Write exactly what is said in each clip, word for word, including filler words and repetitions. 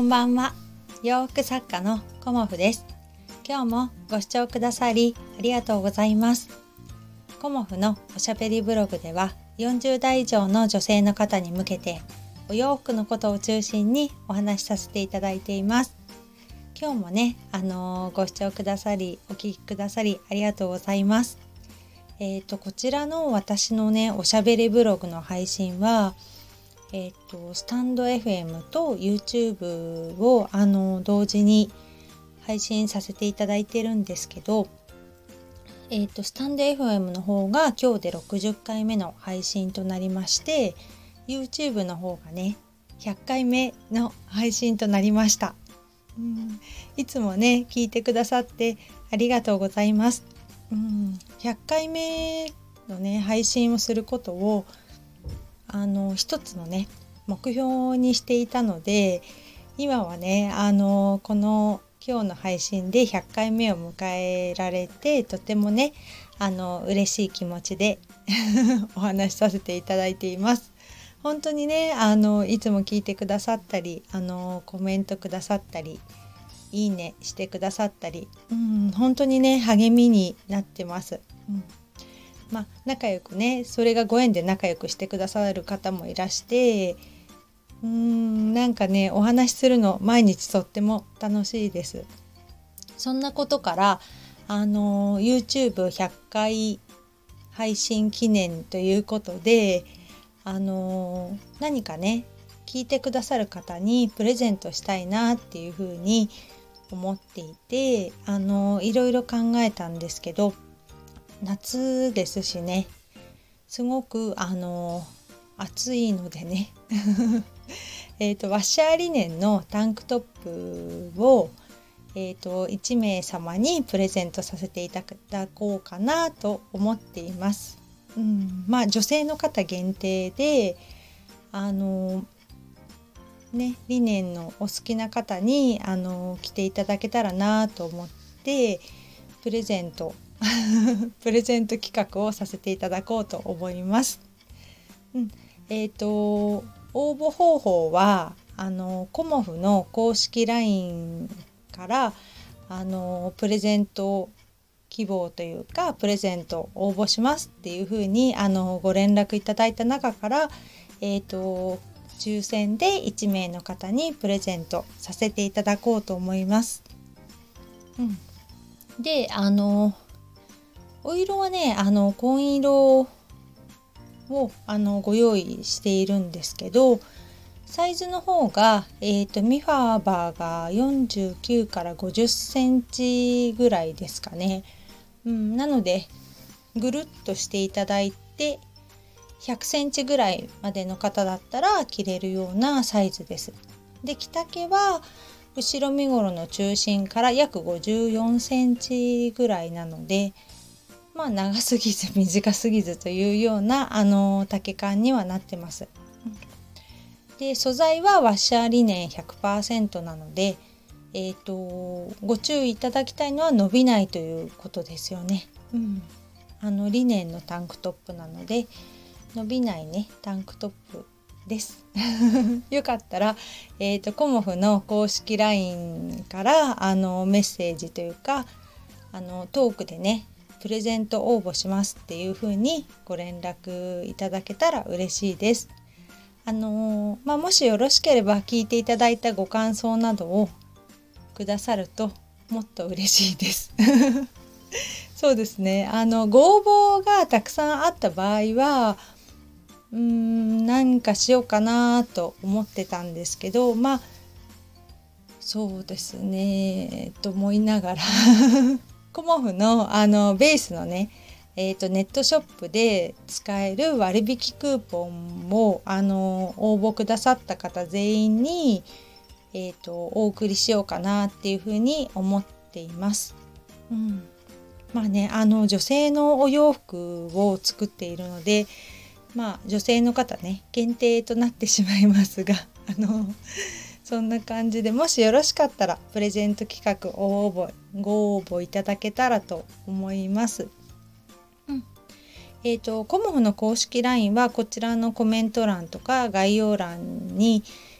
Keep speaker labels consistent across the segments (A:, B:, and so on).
A: ばんは。洋服作家のコモフです。今日もご視聴くださりありがとうございます。コモフのおしゃべりブログではよんじゅうだい以上の女性の方に向けてお洋服のことを中心にお話しさせていただいています。今日もね、あのー、ご視聴くださりお聞きくださりありがとうございます。えーとこちらの私のねおしゃべりブログの配信はえー、とスタンド エフエム と YouTube をあの同時に配信させていただいてるんですけど、えー、とスタンド エフエム の方が今日でろくじゅっかいめの配信となりまして、 YouTube の方がねひゃっかいめの配信となりました。うん、いつもね聞いてくださってありがとうございます。うん、ひゃっかいめのね配信をすることをあの一つのね目標にしていたので、今はねあのこの今日の配信でひゃっかいめを迎えられて、とてもねあの嬉しい気持ちでお話しさせていただいています。本当にねあのいつも聞いてくださったり、あのコメントくださったり、いいねしてくださったり、うん、本当にね励みになってます。うんまあ、仲良くねそれがご縁で仲良くしてくださる方もいらして、うーんなんかねお話しするの毎日とっても楽しいです。そんなことからあの ユーチューブひゃっかい配信記念ということで、あの何かね聞いてくださる方にプレゼントしたいなっていうふうに思っていて、あのいろいろ考えたんですけど、夏ですしね、すごくあの暑いのでねえとワッシャーリネンのタンクトップを、えー、といちめい様にプレゼントさせていただこうかなと思っています。うん、まあ女性の方限定で、あのねリネンのお好きな方にあの着ていただけたらなと思ってプレゼントプレゼント企画をさせていただこうと思います。うん、えっ、ー、と応募方法はあのコモフの公式 ライン からあのプレゼント希望というかプレゼント応募しますっていう風にあのご連絡いただいた中から、えっ、ー、と抽選でいちめいの方にプレゼントさせていただこうと思います。うん、であのお色はねあの紺色をあのご用意しているんですけど、サイズの方が、えーと、身幅がよんじゅうきゅうからごじゅっセンチぐらいですかね。うん、なのでぐるっとしていただいてひゃくセンチぐらいまでの方だったら着れるようなサイズです。で着丈は後ろ身ごろの中心から約ごじゅうよんセンチぐらいなので、まあ長すぎず短すぎずというようなあの丈感にはなってます。で素材はワッシャーリネン ひゃくパーセント なので、えーと、ご注意いただきたいのは伸びないということですよね。うん、あのリネンのタンクトップなので伸びないねタンクトップですよかったら、えーと、コモフの公式 ライン からあのメッセージというかあのトークでねプレゼント応募しますっていう風にご連絡いただけたら嬉しいです。あのー、まあ、もしよろしければ聞いていただいたご感想などをくださるともっと嬉しいですそうですね、あのご応募がたくさんあった場合はうーん何かしようかなと思ってたんですけど、まあそうですねと思いながらコモフのあのベースのね、えーと、ネットショップで使える割引クーポンをあの応募くださった方全員に、えーと、お送りしようかなっていうふうに思っています。うん、まあねあの女性のお洋服を作っているので、まあ女性の方ね限定となってしまいますがあのそんな感じで、もしよろしかったらプレゼント企画応募ご応募いただけたらと思います。うん、えーとコモフの公式 ライン はこちらのコメント欄とか概要欄に、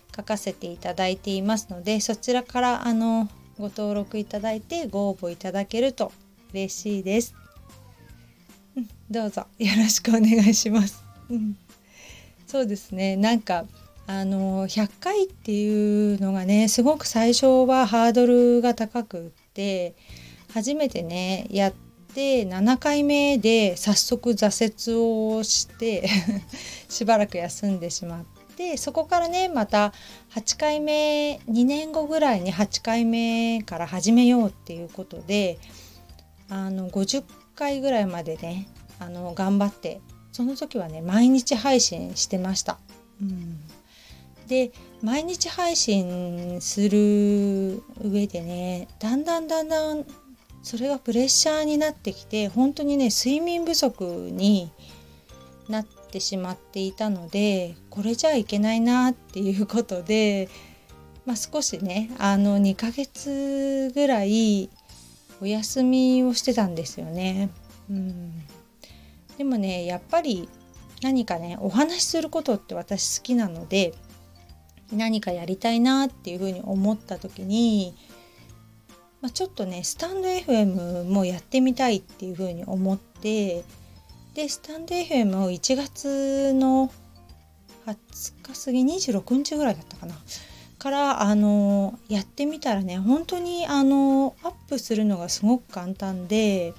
A: 書かせていただいていますので、そちらからあのご登録いただいてご応募いただけると嬉しいです。うん、どうぞよろしくお願いします。うん、そうですね、なんかあのひゃっかいっていうのがね、すごく最初はハードルが高くって、初めてねやってななかいめで早速挫折をしてしばらく休んでしまって、そこからねまたはちかいめ、にねんごぐらいにはちかいめから始めようっていうことで、あのごじゅっかいぐらいまでねあの頑張って、その時はね毎日配信してました。うん、で毎日配信する上でね、だんだんだんだんそれがプレッシャーになってきて、本当にね睡眠不足になってしまっていたので、これじゃいけないなっていうことで、まあ、少しねあのにかげつぐらいお休みをしてたんですよね。うん、でもねやっぱり何かねお話しすることって私好きなので、何かやりたいなっていうふうに思った時に、まあ、ちょっとねスタンド エフエム もやってみたいっていうふうに思って、でスタンド エフエム をいちがつのはつか過ぎ、にじゅうろくにちぐらいだったかなからあのやってみたらね、本当にあのアップするのがすごく簡単で、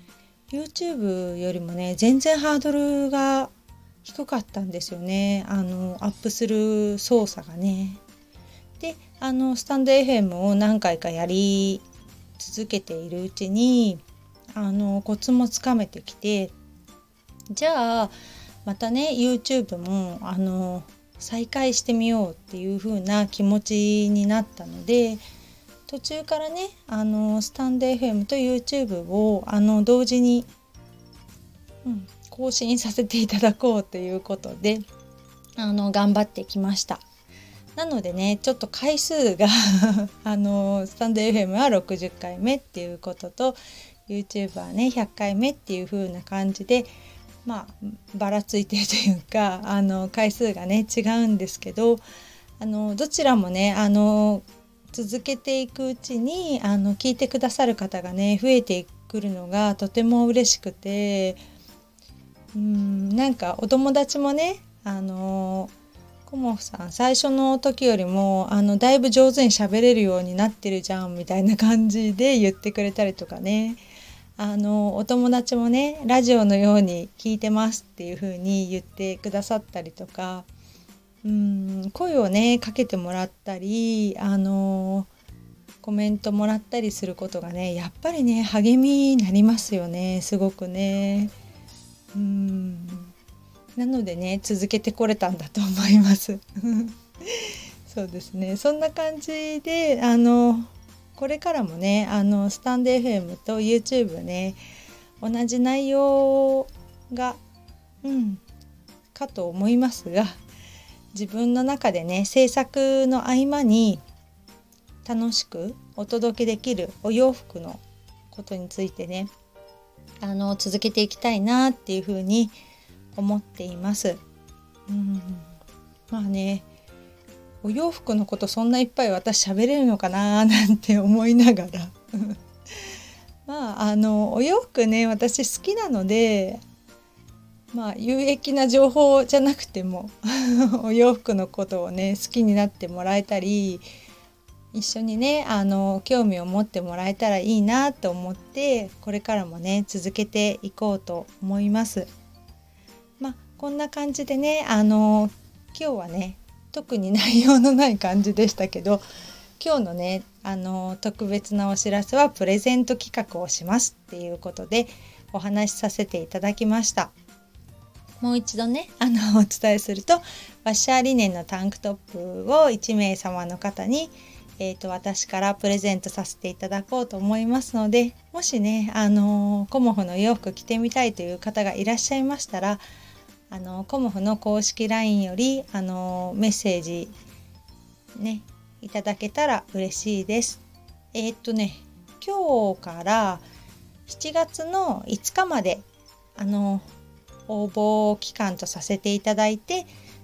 A: YouTube よりもね全然ハードルが低かったんですよね。あのアップする操作がね。であのスタンド エフエム を何回かやり続けているうちにあのコツもつかめてきて、じゃあまたね YouTube もあの再開してみようっていう風な気持ちになったので、途中からねあのスタンド エフエム と YouTube をあの同時に、うん、更新させていただこうということであの頑張ってきました。なのでねちょっと回数があのスタンド エフエム はろくじゅっかいめっていうことと YouTube はねひゃっかいめっていう風な感じで、まあばらついてるというかあの回数がね違うんですけど、あのどちらもねあの続けていくうちにあの聞いてくださる方がね増えてくるのがとても嬉しくて、うーんなんかお友達もねあのコモフさん最初の時よりもあのだいぶ上手に喋れるようになってるじゃんみたいな感じで言ってくれたりとかね、あのお友達もねラジオのように聞いてますっていう風に言ってくださったりとか、うーん声をねかけてもらったりあのコメントもらったりすることがねやっぱりね励みになりますよね、すごくね。うーんなのでね続けてこれたんだと思いますそうですね、そんな感じであのこれからもねあのスタンド エフエム と YouTube ね同じ内容がうんかと思いますが、自分の中でね制作の合間に楽しくお届けできるお洋服のことについてねあの続けていきたいなっていうふうに思っています。うん、まあねお洋服のことそんないっぱい私喋れるのかななんて思いながらまああのお洋服ね私好きなので、まあ有益な情報じゃなくてもお洋服のことをね好きになってもらえたり、一緒にねあの興味を持ってもらえたらいいなと思ってこれからもね続けていこうと思います。まあこんな感じでねあの今日はね特に内容のない感じでしたけど、今日のねあの特別なお知らせはプレゼント企画をしますっていうことでお話しさせていただきました。もう一度ねあのお伝えすると、ワッシャーリネンのタンクトップをいちめいさまの方に、えーと、私からプレゼントさせていただこうと思いますので、もしねあのコモフの洋服着てみたいという方がいらっしゃいましたら、あのコモフの公式 ライン よりあのメッセージねいただけたら嬉しいです。えー、っとね今日からしちがつのいつかまであの応募期間とさせていただいて、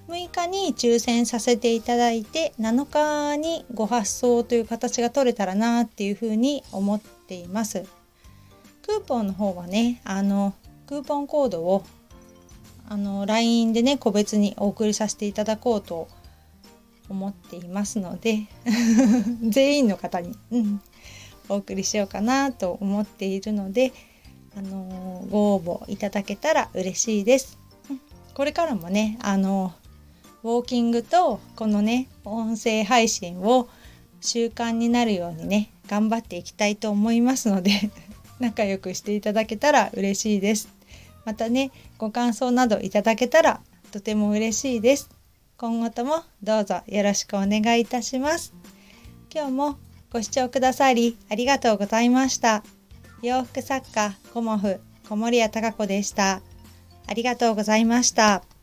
A: むいかに抽選させていただいて、なのかにご発送という形が取れたらなっていうふうに思っています。クーポンの方はね、あのクーポンコードをあの ライン でね個別にお送りさせていただこうと思っていますので全員の方に、うん、お送りしようかなと思っているので、あのご応募いただけたら嬉しいです。これからもね、あのウォーキングとこのね音声配信を習慣になるようにね頑張っていきたいと思いますので仲良くしていただけたら嬉しいです。またねご感想などいただけたらとても嬉しいです。今後ともどうぞよろしくお願いいたします。今日もご視聴くださりありがとうございました。洋服作家コモフ小森屋貴子でした。ありがとうございました。